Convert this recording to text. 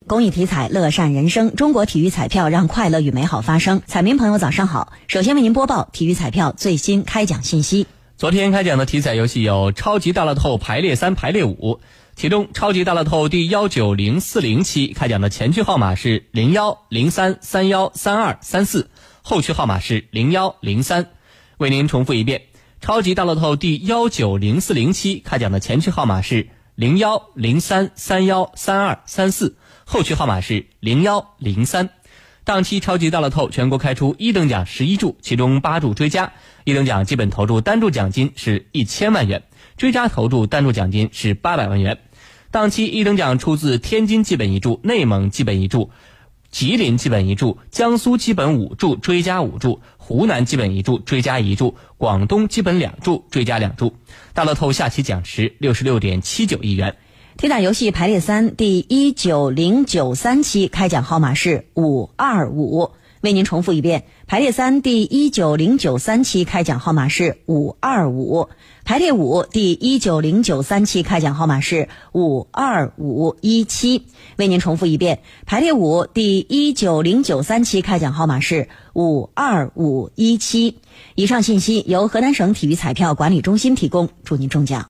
公益体彩，乐善人生。中国体育彩票让快乐与美好发生。彩民朋友早上好，首先为您播报体育彩票最新开奖信息。 昨天开奖的体彩游戏有超级大乐透排列3、排列5，其中超级大乐透第19040期开奖的前区号码是01、03、31、32、34，后区号码是01、03。为您重复一遍，超级大乐透第19040期开奖的前区号码是01、03、31、32、34，后区号码是01、03。当期超级大乐透全国开出1等奖11注，其中8注追加，1等奖基本投注单注奖金是1000万元，追加投注单注奖金是800万元。当期1等奖出自天津基本1注、内蒙基本1注、吉林基本1注、江苏基本5注追加5注、湖南基本1注追加1注、广东基本2注追加2注。大乐透下期奖池66.79亿元。 体彩游戏排列3第19093期开奖号码是525，为您重复一遍，排列3第19093期开奖号码是525，排列5第19093期开奖号码是52517，为您重复一遍，排列5第19093期开奖号码是52517。以上信息由河南省体育彩票管理中心提供，祝您中奖。